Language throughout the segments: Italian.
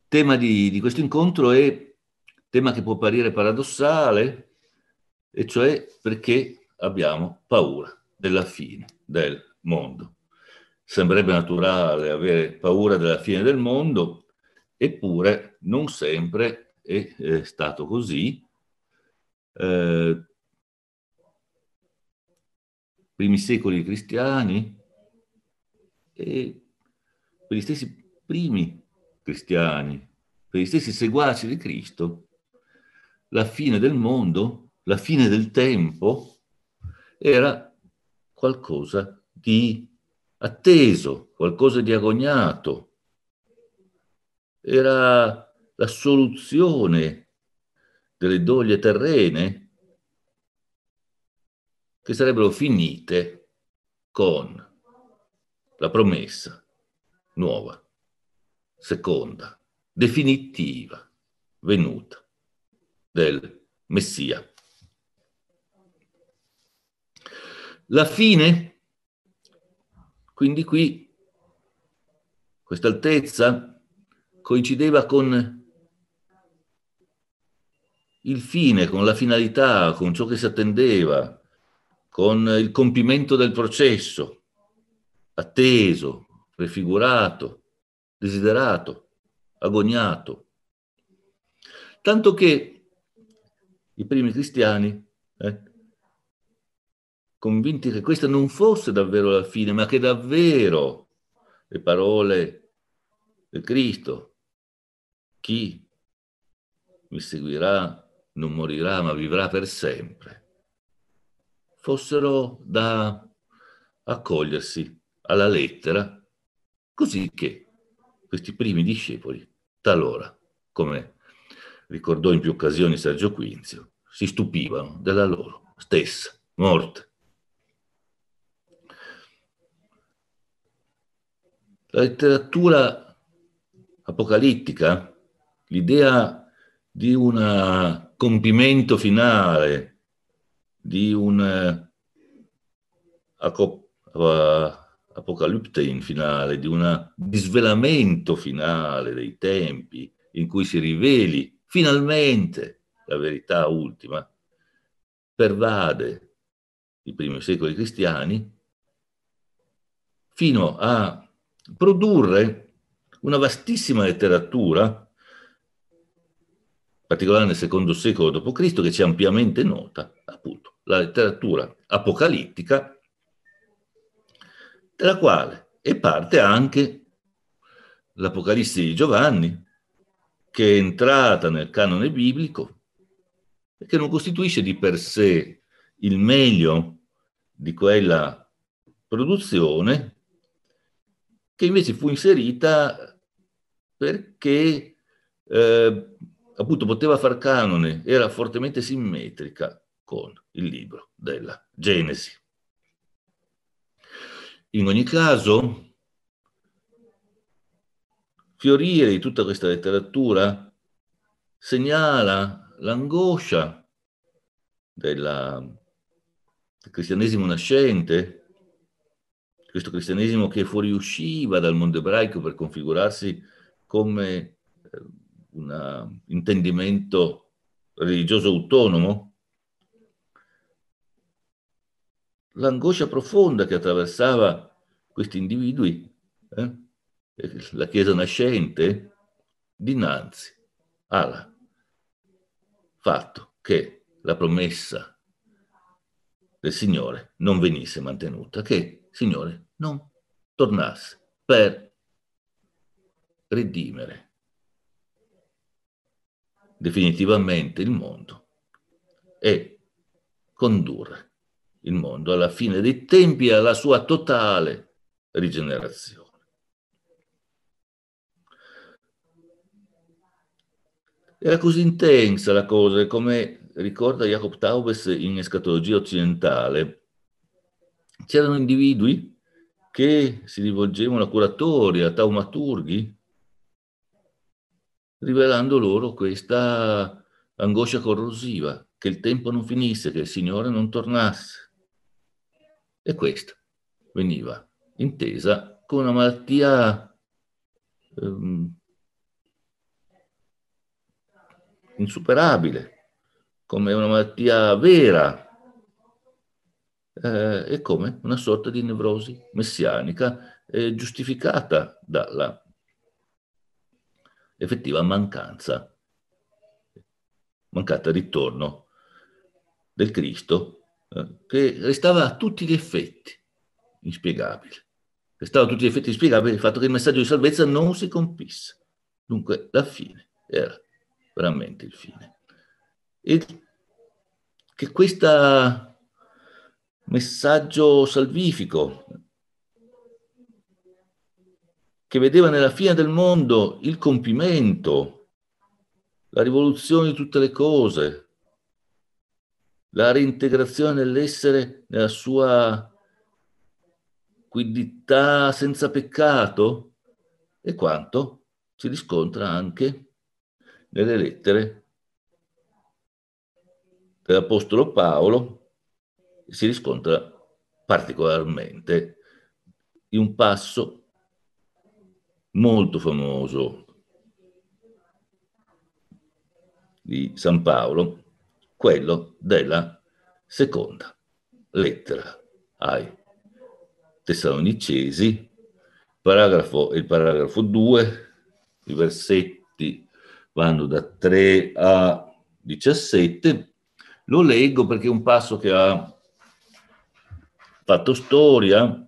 tema di questo incontro è tema che può apparire paradossale, e cioè perché abbiamo paura della fine del mondo. Sembrerebbe naturale avere paura della fine del mondo, eppure non sempre è stato così. Primi secoli cristiani e per gli stessi primi cristiani, per gli stessi seguaci di Cristo, la fine del mondo, la fine del tempo era qualcosa di atteso, qualcosa di agognato. Era la soluzione delle doglie terrene che sarebbero finite con la promessa nuova, seconda, definitiva venuta del Messia. La fine, quindi qui, questa altezza coincideva con il fine, con la finalità, con ciò che si attendeva, con il compimento del processo, atteso, prefigurato, desiderato, agognato. Tanto che i primi cristiani, convinti che questa non fosse davvero la fine, ma che davvero le parole del Cristo, chi mi seguirà non morirà ma vivrà per sempre, fossero da accogliersi alla lettera, così che questi primi discepoli, talora, come ricordò in più occasioni Sergio Quinzio, si stupivano della loro stessa morte. La letteratura apocalittica, l'idea di un compimento finale, di un apocaliptein finale, di un disvelamento finale dei tempi in cui si riveli finalmente la verità ultima, pervade i primi secoli cristiani fino a produrre una vastissima letteratura, in particolare nel secondo secolo d.C., che ci è ampiamente nota, appunto, la letteratura apocalittica, della quale è parte anche l'Apocalisse di Giovanni, che è entrata nel canone biblico e che non costituisce di per sé il meglio di quella produzione, che invece fu inserita perché appunto poteva far canone, era fortemente simmetrica con il libro della Genesi. In ogni caso, fiorire di tutta questa letteratura segnala l'angoscia del cristianesimo nascente, questo cristianesimo che fuoriusciva dal mondo ebraico per configurarsi come un intendimento religioso autonomo, l'angoscia profonda che attraversava questi individui, la Chiesa nascente, dinanzi al fatto che la promessa del Signore non venisse mantenuta, che il Signore non tornasse per redimere definitivamente il mondo e condurre il mondo alla fine dei tempi e alla sua totale rigenerazione. Era così intensa la cosa, come ricorda Jacob Taubes in Escatologia occidentale. C'erano individui che si rivolgevano a curatori, a taumaturghi, rivelando loro questa angoscia corrosiva, che il tempo non finisse, che il Signore non tornasse. E questa veniva intesa come una malattia insuperabile, come una malattia vera, e come una sorta di nevrosi messianica giustificata dalla effettiva mancata ritorno del Cristo, che restava a tutti gli effetti inspiegabile. Restava a tutti gli effetti inspiegabile il fatto che il messaggio di salvezza non si compisse. Dunque la fine era veramente il fine. E che questo messaggio salvifico, che vedeva nella fine del mondo il compimento, la rivoluzione di tutte le cose, la reintegrazione dell'essere nella sua quiddità senza peccato, e quanto si riscontra anche nelle lettere dell'Apostolo Paolo, si riscontra particolarmente in un passo molto famoso di San Paolo, quello della seconda lettera ai Tessalonicesi, il paragrafo 2, i versetti vanno da 3 a 17, lo leggo perché è un passo che ha fatto storia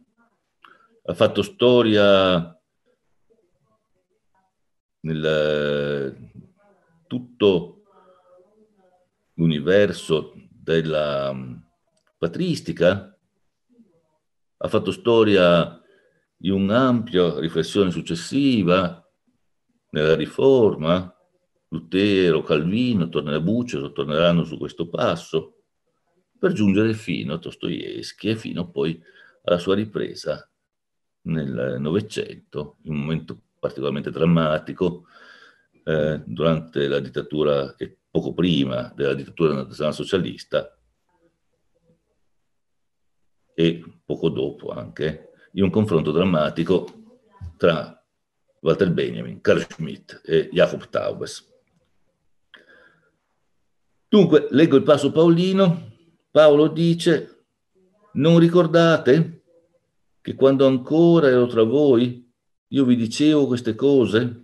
nel tutto l'universo della patristica, ha fatto storia di un'ampia riflessione successiva nella Riforma. Lutero, Calvino, Bucero torneranno su questo passo per giungere fino a Dostoevskij e fino poi alla sua ripresa nel Novecento, in un momento particolarmente drammatico durante la dittatura e poco prima della dittatura nazionalsocialista e poco dopo anche, in un confronto drammatico tra Walter Benjamin, Carl Schmitt e Jacob Taubes. Dunque, leggo il passo paolino. Paolo dice: non ricordate che quando ancora ero tra voi io vi dicevo queste cose?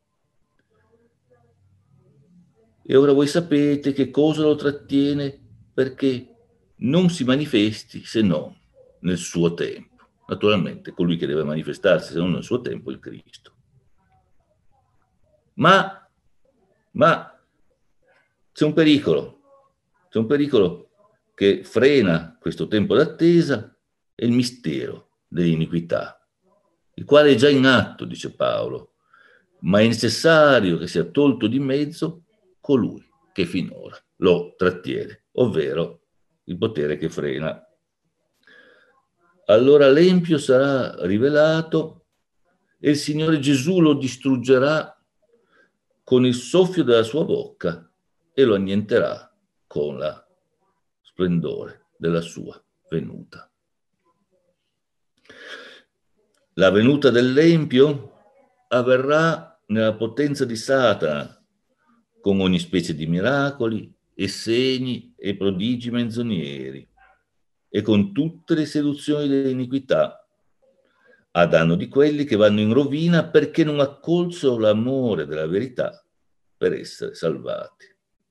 E ora voi sapete che cosa lo trattiene perché non si manifesti se non nel suo tempo. Naturalmente, colui che deve manifestarsi se non nel suo tempo è il Cristo. Ma c'è un pericolo che frena questo tempo d'attesa, è il mistero dell'iniquità, il quale è già in atto, dice Paolo, ma è necessario che sia tolto di mezzo colui che finora lo trattiene, ovvero il potere che frena. Allora l'empio sarà rivelato e il Signore Gesù lo distruggerà con il soffio della sua bocca e lo annienterà con la splendore della sua venuta. La venuta dell'empio avverrà nella potenza di Satana, con ogni specie di miracoli e segni e prodigi menzogneri, e con tutte le seduzioni dell'iniquità, a danno di quelli che vanno in rovina perché non accolsero l'amore della verità per essere salvati.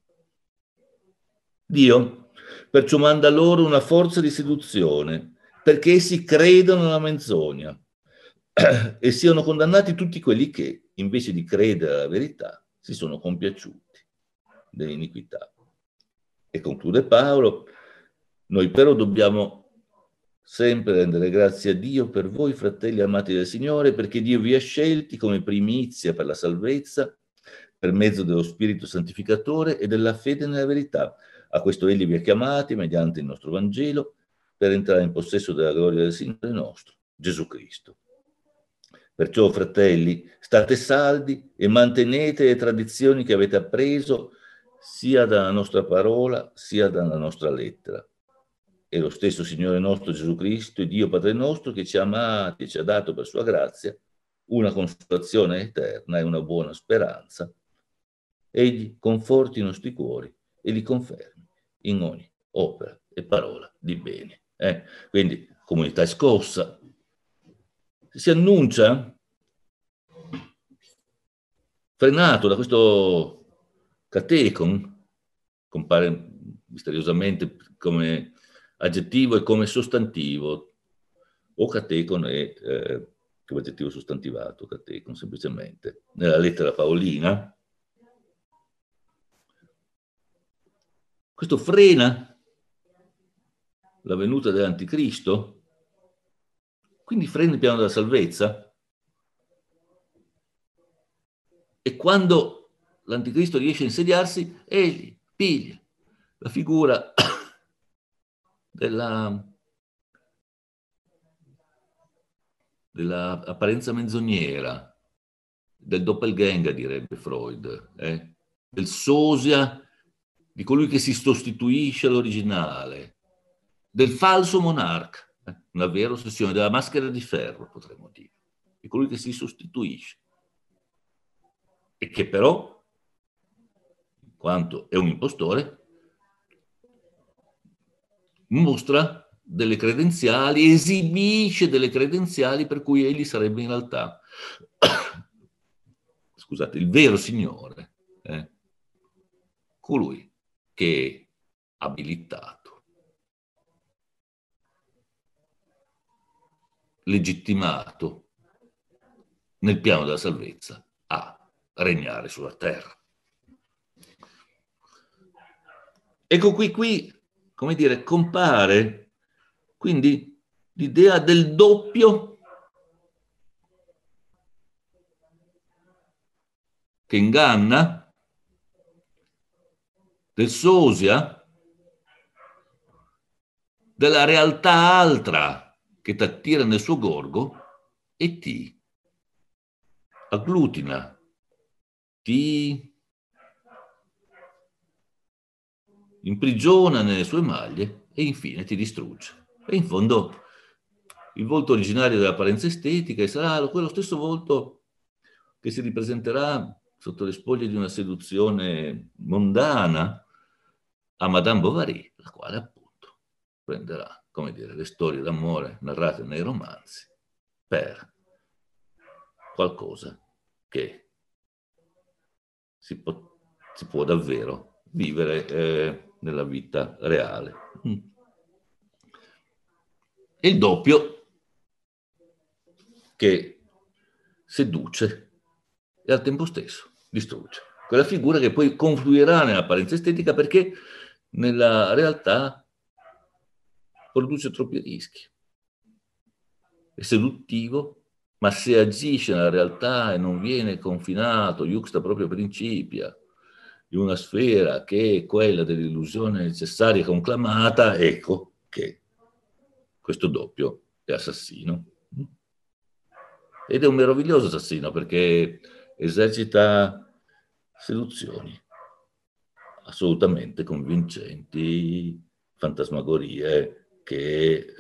Dio perciò manda loro una forza di seduzione perché essi credano nella menzogna e siano condannati tutti quelli che, invece di credere alla verità, si sono compiaciuti dell'iniquità. E conclude Paolo: noi però dobbiamo sempre rendere grazie a Dio per voi, fratelli amati del Signore, perché Dio vi ha scelti come primizia per la salvezza per mezzo dello Spirito Santificatore e della fede nella verità. A questo Egli vi ha chiamati mediante il nostro Vangelo per entrare in possesso della gloria del Signore nostro, Gesù Cristo. Perciò, fratelli, state saldi e mantenete le tradizioni che avete appreso sia dalla nostra parola sia dalla nostra lettera. È lo stesso Signore nostro Gesù Cristo e Dio Padre nostro che ci ha amati e ci ha dato per sua grazia una consolazione eterna e una buona speranza egli conforti i nostri cuori e li confermi in ogni opera e parola di bene. Quindi, comunità è scossa. Si annuncia, frenato da questo catecon, compare misteriosamente come aggettivo e come sostantivo, o catecon è come aggettivo sostantivato, catecon semplicemente, nella lettera paolina. Questo frena la venuta dell'anticristo, quindi frena il piano della salvezza, e quando l'anticristo riesce a insediarsi, egli piglia la figura della apparenza menzognera, del doppelganger, direbbe Freud, del sosia, di colui che si sostituisce all'originale, del falso monarca, una vera ossessione, della maschera di ferro, potremmo dire, di colui che si sostituisce e che però, in quanto è un impostore, mostra delle credenziali, esibisce delle credenziali per cui egli sarebbe in realtà, scusate, il vero Signore, colui che è abilitato, legittimato nel piano della salvezza a regnare sulla terra. Ecco qui, come dire, compare quindi l'idea del doppio che inganna, del sosia, della realtà altra che ti attira nel suo gorgo e ti agglutina, ti imprigiona nelle sue maglie e infine ti distrugge. E in fondo il volto originario dell'apparenza estetica sarà quello stesso volto che si ripresenterà sotto le spoglie di una seduzione mondana a Madame Bovary, la quale appunto prenderà, come dire, le storie d'amore narrate nei romanzi per qualcosa che si può davvero vivere nella vita reale. E il doppio che seduce e al tempo stesso distrugge. Quella figura che poi confluirà nell'apparenza estetica perché nella realtà produce troppi rischi. È seduttivo, ma se agisce nella realtà e non viene confinato, iuxta proprio principia, in una sfera che è quella dell'illusione necessaria conclamata, ecco che questo doppio è assassino. Ed è un meraviglioso assassino perché esercita seduzioni assolutamente convincenti, fantasmagorie che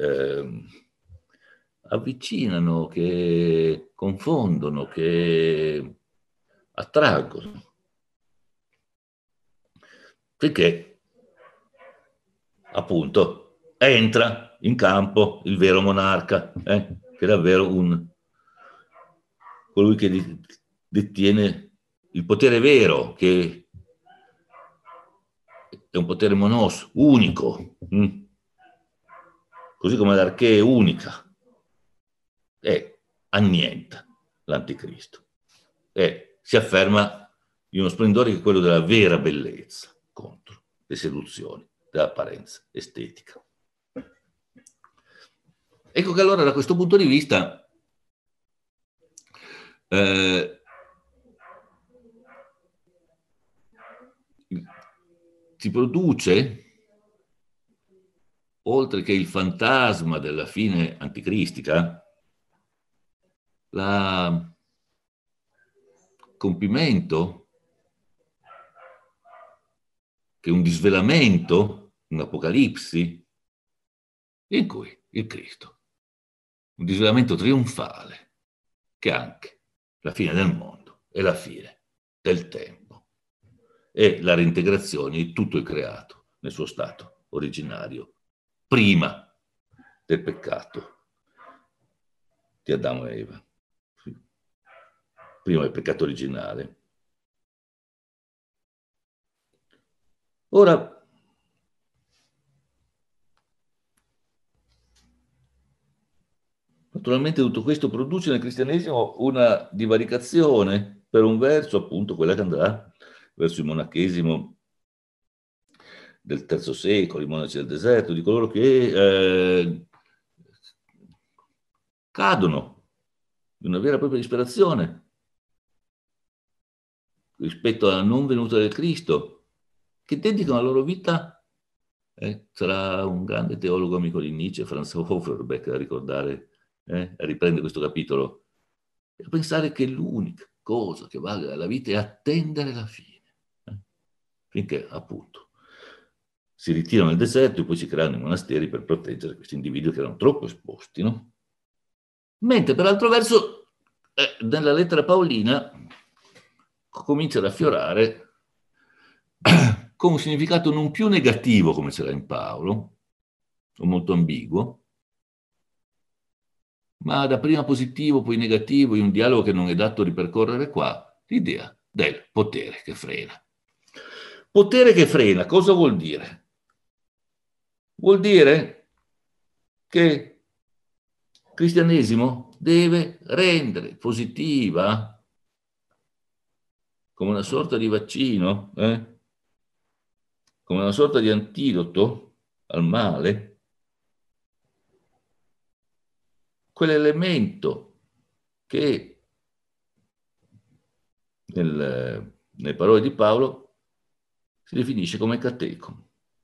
avvicinano, che confondono, che attraggono. Finché appunto entra in campo il vero monarca, che è davvero colui che detiene il potere vero, che è un potere monos, unico, così come l'archè è unica, e annienta l'anticristo e si afferma in uno splendore che è quello della vera bellezza contro le seduzioni dell'apparenza estetica. Ecco che allora da questo punto di vista si produce, oltre che il fantasma della fine anticristica, la compimento, che è un disvelamento, un'apocalipsi, in cui il Cristo, un disvelamento trionfale, che è anche la fine del mondo e la fine del tempo. è la reintegrazione di tutto il creato nel suo stato originario, prima del peccato di Adamo e Eva, prima del peccato originale. Ora, naturalmente tutto questo produce nel cristianesimo una divaricazione, per un verso appunto quella che andrà verso il monachesimo del III secolo, i monaci del deserto, di coloro che cadono in una vera e propria disperazione rispetto alla non venuta del Cristo, che dedicano la loro vita, sarà un grande teologo amico di Nietzsche, Franz Hoferbeck, a ricordare, a riprendere questo capitolo, e a pensare che l'unica cosa che valga la vita è attendere la fine, finché appunto si ritirano nel deserto e poi si creano i monasteri per proteggere questi individui che erano troppo esposti, no? Mentre per altro verso, nella lettera paolina comincia ad affiorare con un significato non più negativo come c'era in Paolo, o molto ambiguo, ma da prima positivo, poi negativo, in un dialogo che non è dato ripercorrere qua, l'idea del potere che frena. Potere che frena, cosa vuol dire? Vuol dire che il cristianesimo deve rendere positiva, come una sorta di vaccino, come una sorta di antidoto al male, quell'elemento che nelle parole di Paolo si definisce come catechon.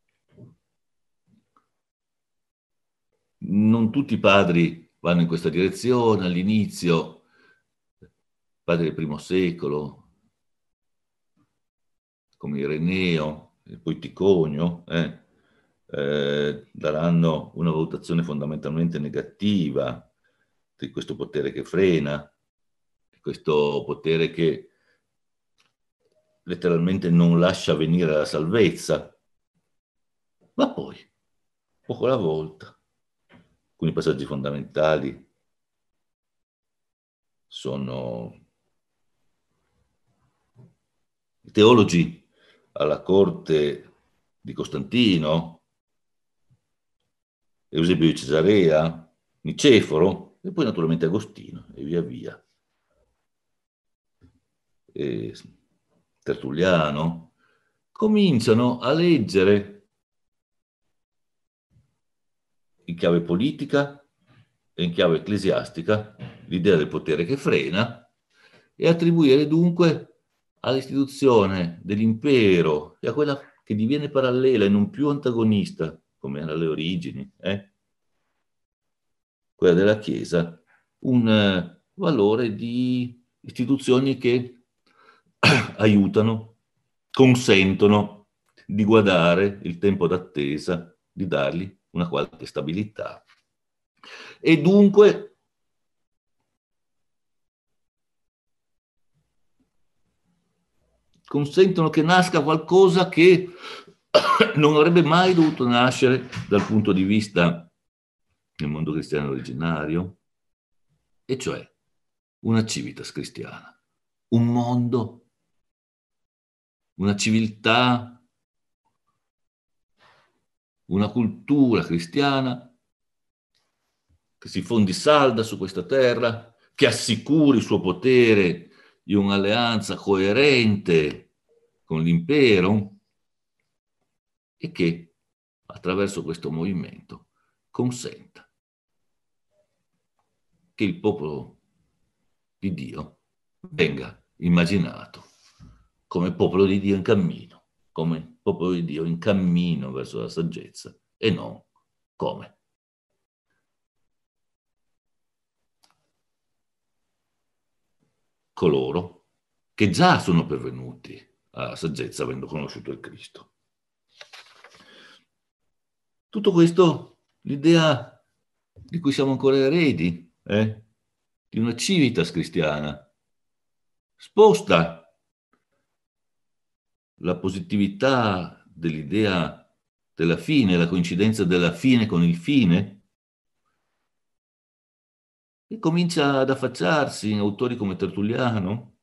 Non tutti i padri vanno in questa direzione all'inizio, padri del primo secolo, come Ireneo e poi Ticonio, daranno una valutazione fondamentalmente negativa di questo potere che frena, questo potere che letteralmente non lascia venire la salvezza, ma poi, poco alla volta, alcuni passaggi fondamentali sono i teologi alla corte di Costantino, Eusebio di Cesarea, Niceforo e poi naturalmente Agostino e via via. E Tertulliano cominciano a leggere in chiave politica e in chiave ecclesiastica l'idea del potere che frena e attribuire dunque all'istituzione dell'impero e a quella che diviene parallela e non più antagonista, come era alle origini, quella della Chiesa, un valore di istituzioni che aiutano, consentono di guardare il tempo d'attesa, di dargli una qualche stabilità. E dunque consentono che nasca qualcosa che non avrebbe mai dovuto nascere dal punto di vista del mondo cristiano originario, e cioè una civitas cristiana, un mondo, una civiltà, una cultura cristiana che si fondi salda su questa terra, che assicuri il suo potere di un'alleanza coerente con l'impero e che attraverso questo movimento consenta che il popolo di Dio venga immaginato come popolo di Dio in cammino, come popolo di Dio in cammino verso la saggezza e non come coloro che già sono pervenuti alla saggezza avendo conosciuto il Cristo. Tutto questo, l'idea di cui siamo ancora eredi, di una civitas cristiana, sposta la positività dell'idea della fine, la coincidenza della fine con il fine, e comincia ad affacciarsi in autori come Tertulliano,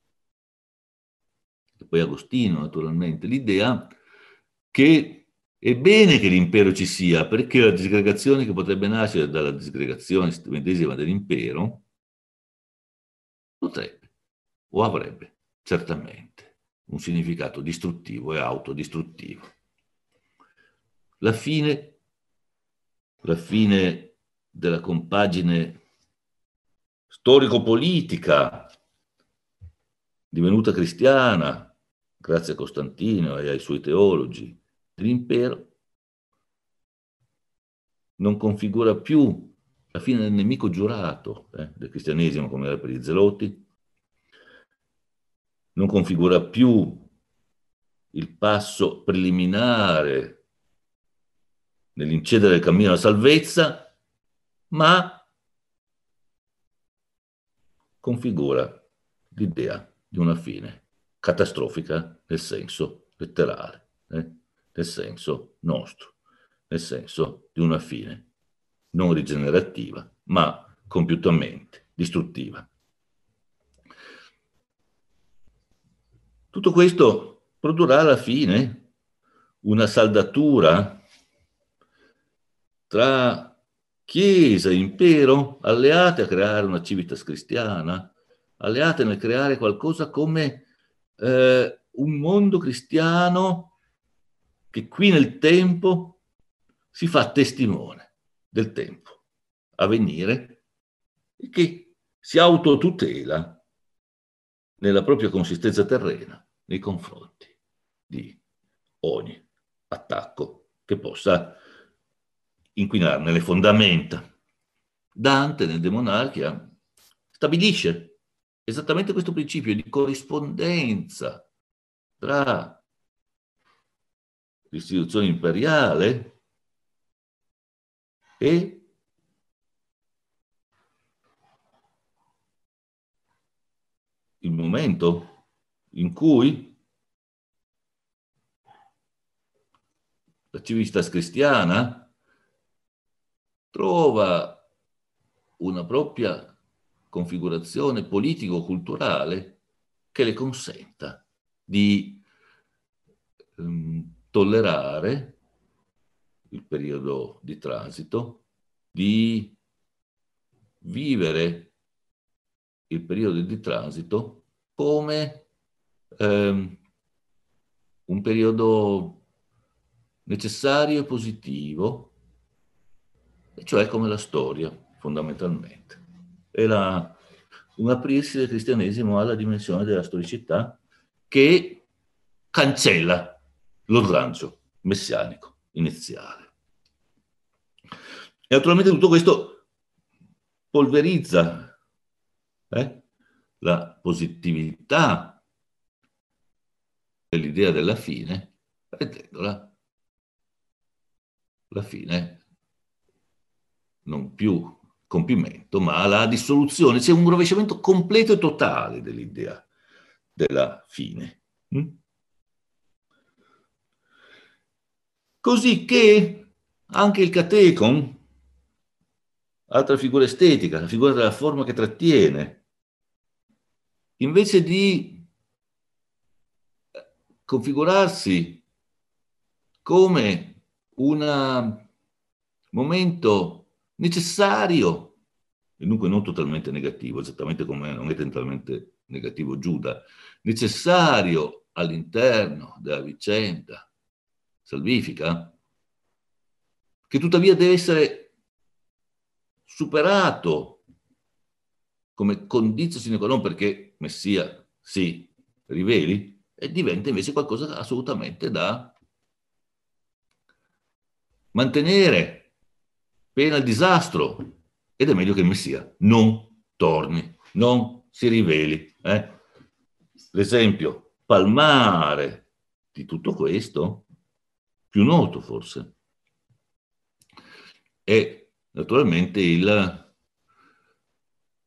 e poi Agostino naturalmente, l'idea che è bene che l'impero ci sia, perché la disgregazione che potrebbe nascere dalla disgregazione medesima dell'impero potrebbe o avrebbe certamente un significato distruttivo e autodistruttivo. La fine della compagine storico-politica divenuta cristiana, grazie a Costantino e ai suoi teologi, dell'impero, non configura più la fine del nemico giurato del cristianesimo, come era per gli Zeloti, non configura più il passo preliminare nell'incedere il cammino alla salvezza, ma configura l'idea di una fine catastrofica nel senso letterale, nel senso nostro, nel senso di una fine non rigenerativa, ma compiutamente distruttiva. Tutto questo produrrà alla fine una saldatura tra Chiesa e impero alleate a creare una civitas cristiana, alleate nel creare qualcosa come un mondo cristiano che qui nel tempo si fa testimone del tempo a venire e che si autotutela nella propria consistenza terrena nei confronti di ogni attacco che possa inquinarne le fondamenta. Dante nel De Monarchia stabilisce esattamente questo principio di corrispondenza tra l'istituzione imperiale e il momento in cui la civitas cristiana trova una propria configurazione politico-culturale che le consenta di tollerare il periodo di transito, di vivere il periodo di transito come un periodo necessario e positivo, e cioè come la storia, fondamentalmente. Era un aprirsi del cristianesimo alla dimensione della storicità che cancella lo slancio messianico iniziale. E naturalmente tutto questo polverizza la positività dell'idea della fine, rendendola la fine non più compimento, ma la dissoluzione. C'è un rovesciamento completo e totale dell'idea della fine. Così che anche il catecon, altra figura estetica, la figura della forma che trattiene, invece di configurarsi come un momento necessario, e dunque non totalmente negativo, esattamente come non è totalmente negativo Giuda, necessario all'interno della vicenda salvifica, che tuttavia deve essere superato come condizio sine qua non perché Messia si riveli, e diventa invece qualcosa assolutamente da mantenere pena il disastro, ed è meglio che il Messia non torni, non si riveli. L'esempio palmare di tutto questo, più noto forse, è naturalmente la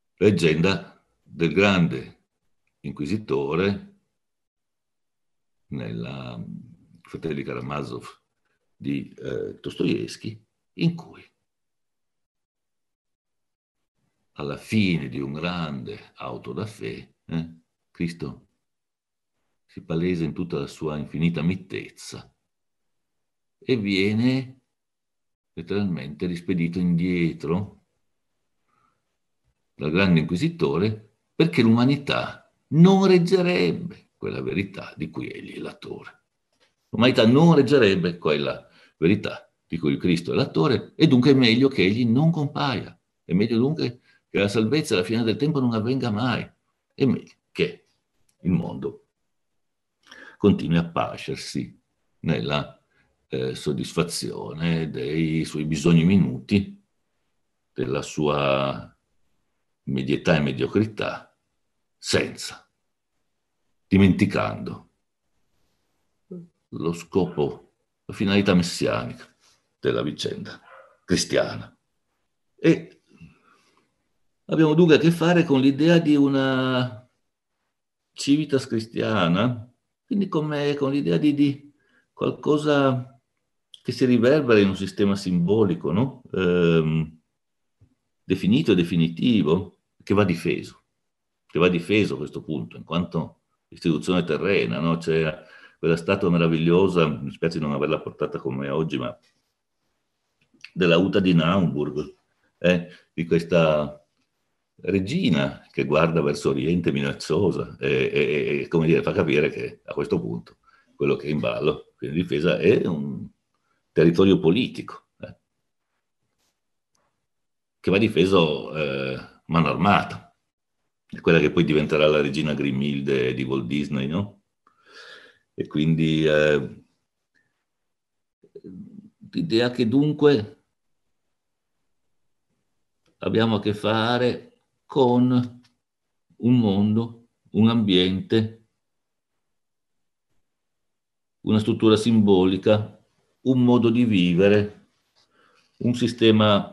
leggenda del grande inquisitore nella Fratelli Karamazov di Dostoevskij, in cui alla fine di un grande auto da fè, Cristo si palesa in tutta la sua infinita mitezza e viene letteralmente rispedito indietro dal grande inquisitore, perché l'umanità non reggerebbe quella verità di cui egli è l'attore. L'umanità non reggerebbe quella verità di cui il Cristo è l'attore, e dunque è meglio che egli non compaia, è meglio dunque che la salvezza alla fine del tempo non avvenga mai, è meglio che il mondo continui a pascersi nella soddisfazione dei suoi bisogni minuti, della sua medietà e mediocrità, senza, dimenticando lo scopo, la finalità messianica della vicenda cristiana. E abbiamo dunque a che fare con l'idea di una civitas cristiana, quindi con l'idea di qualcosa che si riverbera in un sistema simbolico, no? Definito e definitivo, che va difeso a questo punto, in quanto istituzione terrena, no? C'è quella statua meravigliosa, mi spiace non averla portata con me oggi, ma della Uta di Naumburg, di questa regina che guarda verso Oriente minacciosa e come dire, fa capire che a questo punto quello che è in ballo, quindi difesa, è un territorio politico che va difeso mano armata. È quella che poi diventerà la regina Grimilde di Walt Disney, no? E quindi l'idea che dunque abbiamo a che fare con un mondo, un ambiente, una struttura simbolica, un modo di vivere, un sistema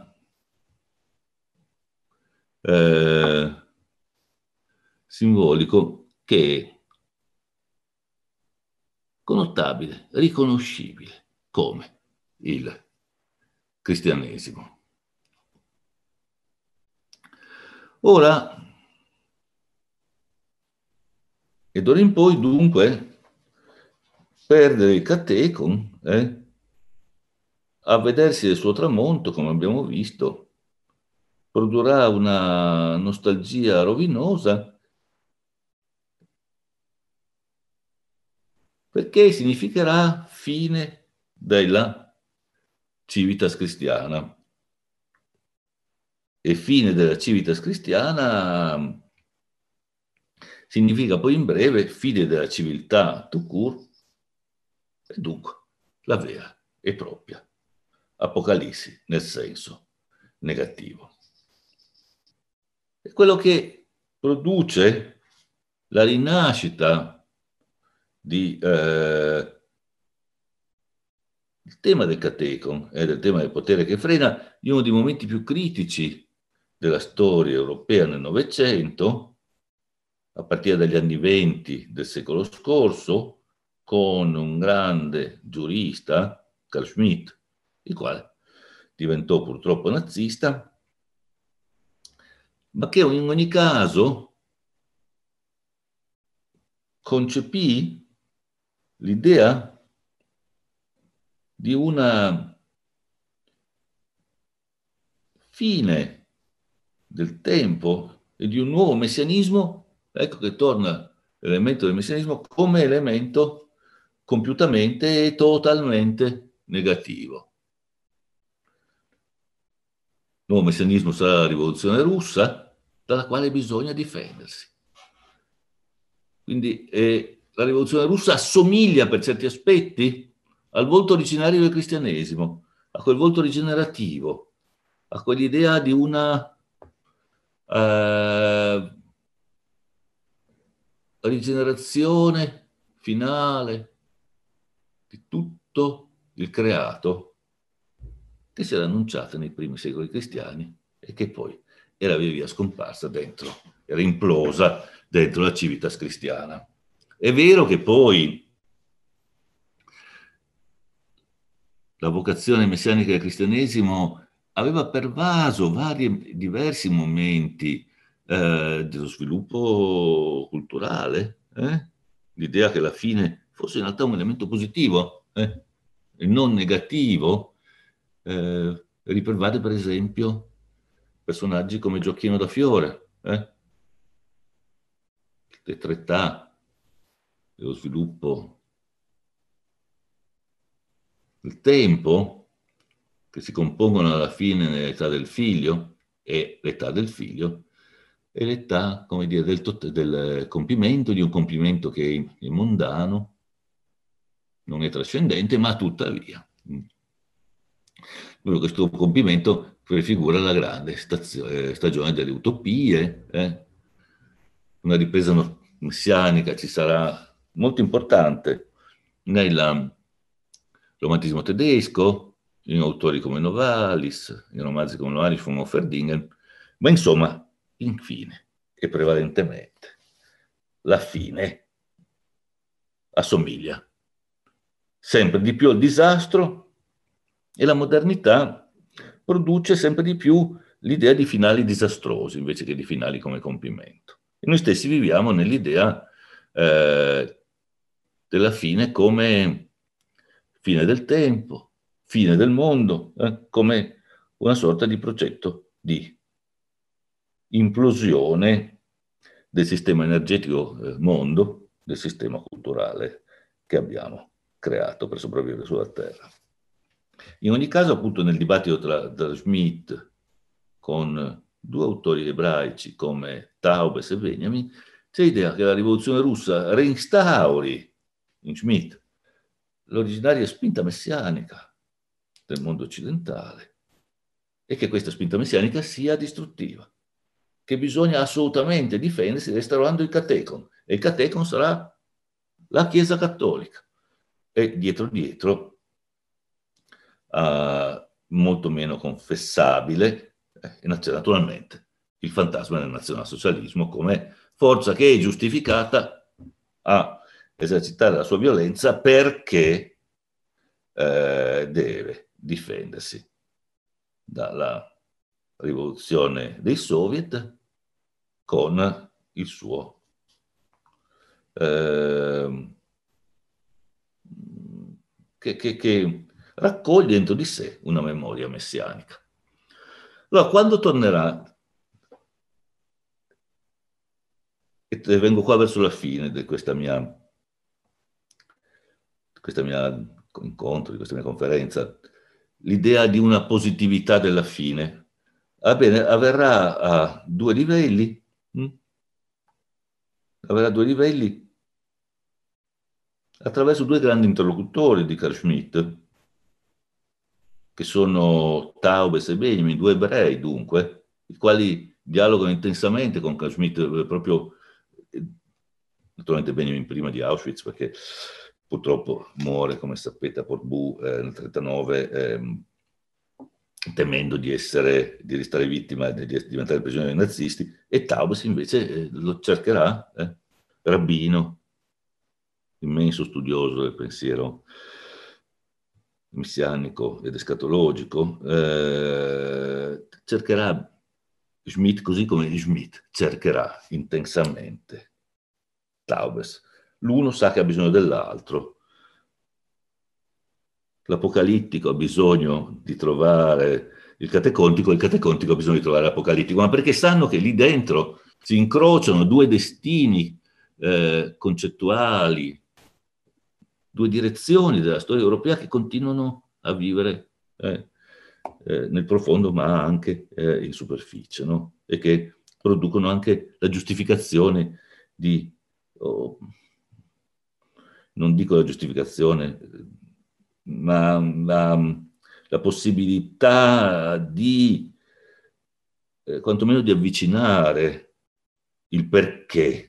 simbolico che è connotabile, riconoscibile come il cristianesimo. Ora, e d'ora in poi, dunque, perdere il catechon, a vedersi del suo tramonto, come abbiamo visto, produrrà una nostalgia rovinosa, perché significherà fine della civitas cristiana. E fine della civitas cristiana significa poi in breve fine della civiltà tout court, e dunque la vera e propria Apocalissi nel senso negativo. È quello che produce la rinascita il tema del catechon e del tema del potere che frena, in uno dei momenti più critici della storia europea nel Novecento, a partire dagli anni 20 del secolo scorso, con un grande giurista, Carl Schmitt, il quale diventò purtroppo nazista, ma che in ogni caso concepì l'idea di una fine del tempo e di un nuovo messianismo. Ecco che torna l'elemento del messianismo come elemento compiutamente e totalmente negativo. Il nuovo messianismo sarà la rivoluzione russa, dalla quale bisogna difendersi. Quindi la rivoluzione russa assomiglia per certi aspetti al volto originario del cristianesimo, a quel volto rigenerativo, a quell'idea di una rigenerazione finale di tutto il creato che si era annunciata nei primi secoli cristiani e che poi era via via scomparsa dentro, era implosa dentro la civitas cristiana. È vero che poi la vocazione messianica del cristianesimo aveva pervaso diversi momenti dello sviluppo culturale, l'idea che la fine fosse in realtà un elemento positivo e non negativo, ripervade per esempio personaggi come Gioacchino da Fiore, le tre età dello sviluppo del tempo, che si compongono alla fine nell'età del figlio, e l'età del figlio, e l'età, come dire, del compimento, di un compimento che è mondano, non è trascendente, ma tuttavia. Questo compimento prefigura la grande stagione delle utopie, una ripresa messianica ci sarà molto importante nel romantismo tedesco, in autori come Novalis, in romanzi come Novalis von Offerdingen, ma insomma, infine e prevalentemente, la fine assomiglia sempre di più al disastro e la modernità produce sempre di più l'idea di finali disastrosi invece che di finali come compimento. E noi stessi viviamo nell'idea della fine come fine del tempo, fine del mondo, come una sorta di progetto di implosione del sistema energetico mondo, del sistema culturale che abbiamo creato per sopravvivere sulla Terra. In ogni caso, appunto, nel dibattito tra Schmitt con due autori ebraici come Taubes e Benjamin, c'è l'idea che la rivoluzione russa reinstauri in Schmitt l'originaria spinta messianica del mondo occidentale e che questa spinta messianica sia distruttiva, che bisogna assolutamente difendersi restaurando il catecon, e il catecon sarà la Chiesa cattolica, e dietro molto meno confessabile, naturalmente, il fantasma del nazionalsocialismo come forza che è giustificata a esercitare la sua violenza perché deve difendersi dalla rivoluzione dei soviet con il suo che raccoglie dentro di sé una memoria messianica. Allora, quando tornerà, e vengo qua verso la fine di questa mia incontro, di questa mia conferenza, l'idea di una positività della fine, avverrà a due livelli, avverrà a due livelli attraverso due grandi interlocutori di Carl Schmitt, che sono Taubes e Benjamin, due ebrei dunque, i quali dialogano intensamente con Carl Schmitt, proprio naturalmente Benjamin prima di Auschwitz, perché purtroppo muore, come sapete, a Portbou nel 1939, temendo di restare vittima e di diventare prigioniero dei nazisti, e Taubes invece lo cercherà, rabbino, immenso studioso del pensiero messianico ed escatologico, cercherà Schmitt, così come Schmitt cercherà intensamente Taubes. L'uno sa che ha bisogno dell'altro. L'apocalittico ha bisogno di trovare il catecontico ha bisogno di trovare l'apocalittico, ma perché sanno che lì dentro si incrociano due destini concettuali, due direzioni della storia europea che continuano a vivere nel profondo, ma anche in superficie, no? E che producono anche la giustificazione non dico la giustificazione, ma la possibilità di quantomeno di avvicinare il perché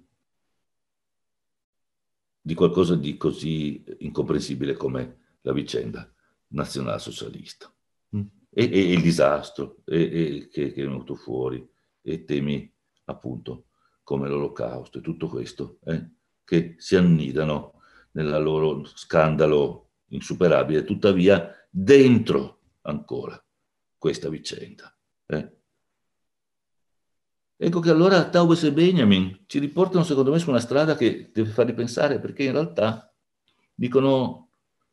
di qualcosa di così incomprensibile come la vicenda nazionalsocialista e il disastro che è venuto fuori, e temi appunto come l'Olocausto e tutto questo che si annidano nel loro scandalo insuperabile, tuttavia dentro ancora questa vicenda. Ecco che allora Taubes e Benjamin ci riportano, secondo me, su una strada che deve farli pensare, perché in realtà dicono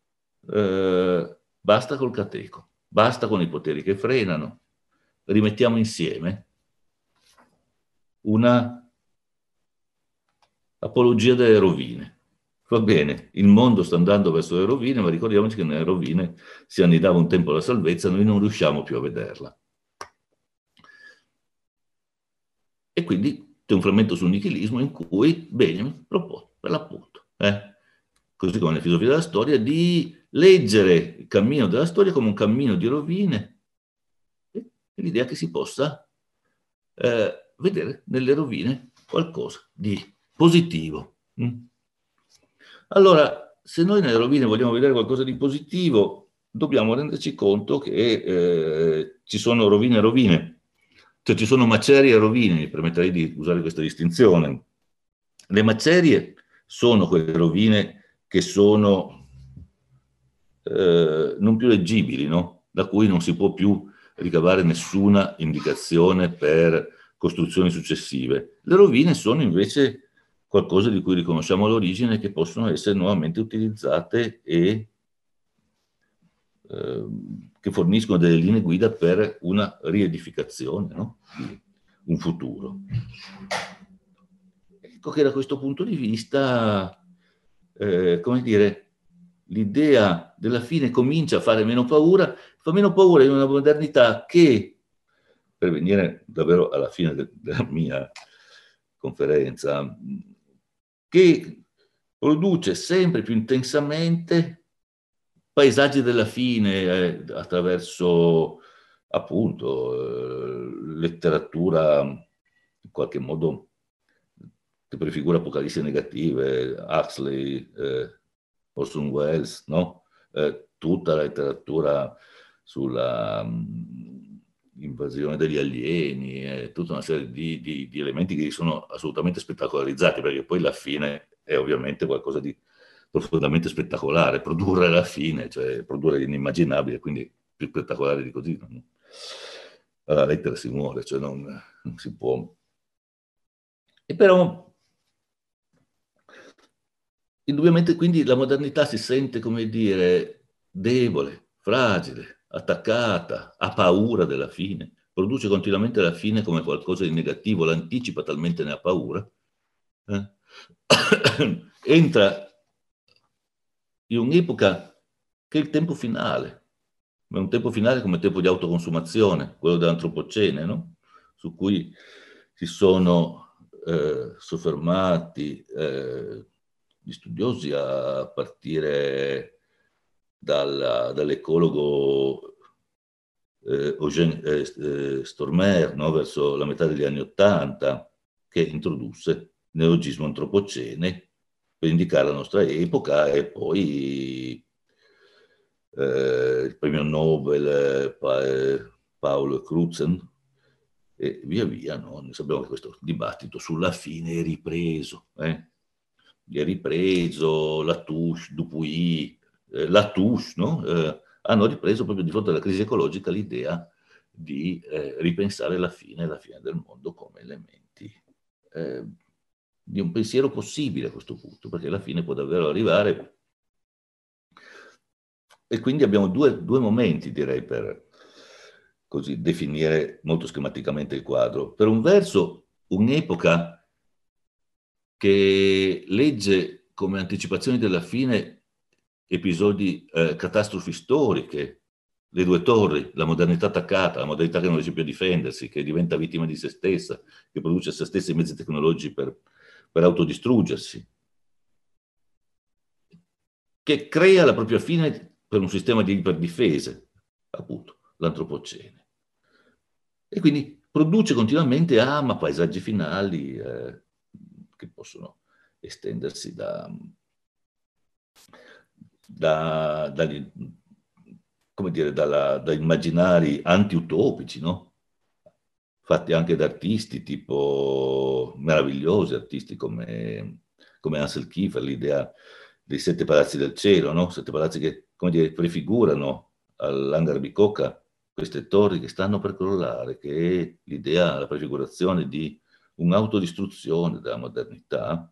basta col cateco, basta con i poteri che frenano, rimettiamo insieme una apologia delle rovine. Va bene, il mondo sta andando verso le rovine, ma ricordiamoci che nelle rovine si annidava un tempo la salvezza, noi non riusciamo più a vederla. E quindi c'è un frammento sul nichilismo in cui Benjamin propone, per l'appunto, così come nella filosofia della storia, di leggere il cammino della storia come un cammino di rovine, e l'idea che si possa vedere nelle rovine qualcosa di positivo. Allora, se noi nelle rovine vogliamo vedere qualcosa di positivo, dobbiamo renderci conto che ci sono rovine e rovine, cioè ci sono macerie e rovine, mi permetterei di usare questa distinzione. Le macerie sono quelle rovine che sono non più leggibili, no? Da cui non si può più ricavare nessuna indicazione per costruzioni successive. Le rovine sono invece qualcosa di cui riconosciamo l'origine, che possono essere nuovamente utilizzate e che forniscono delle linee guida per una riedificazione, no? Di un futuro. Ecco che da questo punto di vista, come dire, l'idea della fine comincia a fare meno paura, fa meno paura in una modernità che, per venire davvero alla fine della mia conferenza, che produce sempre più intensamente paesaggi della fine attraverso appunto letteratura in qualche modo che prefigura apocalissi negative, Huxley, Orson Welles, no? Tutta la letteratura sulla invasione degli alieni, tutta una serie di elementi che sono assolutamente spettacolarizzati, perché poi la fine è ovviamente qualcosa di profondamente spettacolare, produrre la fine, cioè produrre l'inimmaginabile, quindi più spettacolare di così. Alla lettera si muore, cioè non si può. E però indubbiamente quindi la modernità si sente, come dire, debole, fragile, attaccata, ha paura della fine, produce continuamente la fine come qualcosa di negativo, l'anticipa talmente ne ha paura, entra in un'epoca che è il tempo finale, ma è un tempo finale come tempo di autoconsumazione, quello dell'antropocene, no? Su cui si sono soffermati gli studiosi a partire dall'ecologo Eugène Stormer, no? Verso la metà degli anni '80, che introdusse il neologismo antropocene per indicare la nostra epoca, e poi il premio Nobel Paolo Crutzen, e via via, no? Noi sappiamo che questo dibattito sulla fine è ripreso, è ripreso, Latouche, Dupuy, Latouche, no? Hanno ripreso proprio di fronte alla crisi ecologica l'idea di ripensare la fine del mondo come elementi di un pensiero possibile a questo punto, perché la fine può davvero arrivare. E quindi abbiamo due momenti, direi, per così definire molto schematicamente il quadro. Per un verso, un'epoca che legge come anticipazioni della fine episodi, catastrofi storiche, le due torri, la modernità attaccata, la modernità che non riesce più a difendersi, che diventa vittima di se stessa, che produce a se stessa i mezzi tecnologici per autodistruggersi, che crea la propria fine per un sistema di iperdifese, appunto, l'antropocene. E quindi produce continuamente paesaggi finali che possono estendersi da immaginari anti-utopici, no? Fatti anche da artisti tipo meravigliosi, artisti come Ansel Kiefer, l'idea dei 7 palazzi del cielo, no? 7 palazzi che, come dire, prefigurano all'Hangar Bicocca, queste torri che stanno per crollare, che è l'idea, la prefigurazione di un'autodistruzione della modernità,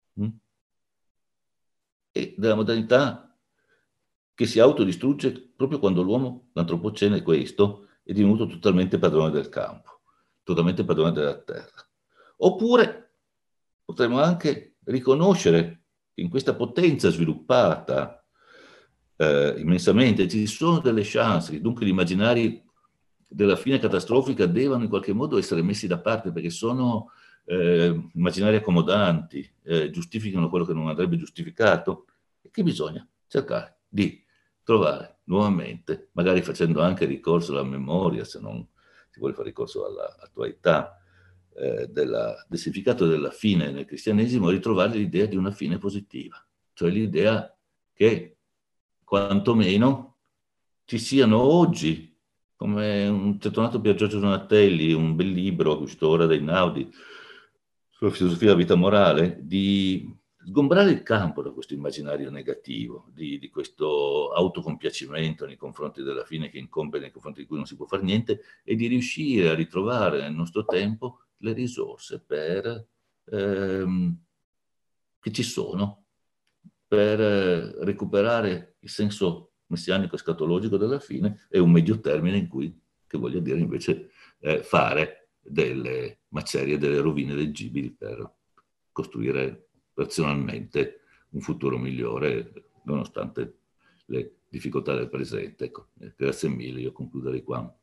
e della modernità che si autodistrugge proprio quando l'uomo, l'antropocene è questo, è divenuto totalmente padrone del campo, totalmente padrone della terra. Oppure potremmo anche riconoscere che in questa potenza sviluppata immensamente ci sono delle chance, dunque gli immaginari della fine catastrofica devono in qualche modo essere messi da parte perché sono immaginari accomodanti, giustificano quello che non andrebbe giustificato, e che bisogna cercare di trovare nuovamente, magari facendo anche ricorso alla memoria, se non si vuole fare ricorso all'attualità, del significato della fine nel cristianesimo, ritrovare l'idea di una fine positiva, cioè l'idea che quantomeno ci siano oggi, come un gettonato per Giorgio Donatelli, un bel libro uscito ora dai Naudi sulla filosofia della vita morale, di sgombrare il campo da questo immaginario negativo, di questo autocompiacimento nei confronti della fine che incombe, nei confronti di cui non si può fare niente, e di riuscire a ritrovare nel nostro tempo le risorse che ci sono per recuperare il senso messianico e scatologico della fine e un medio termine in cui, che voglio dire invece, fare delle macerie, delle rovine leggibili per costruire razionalmente un futuro migliore, nonostante le difficoltà del presente. Ecco, grazie mille, io concluderei qua.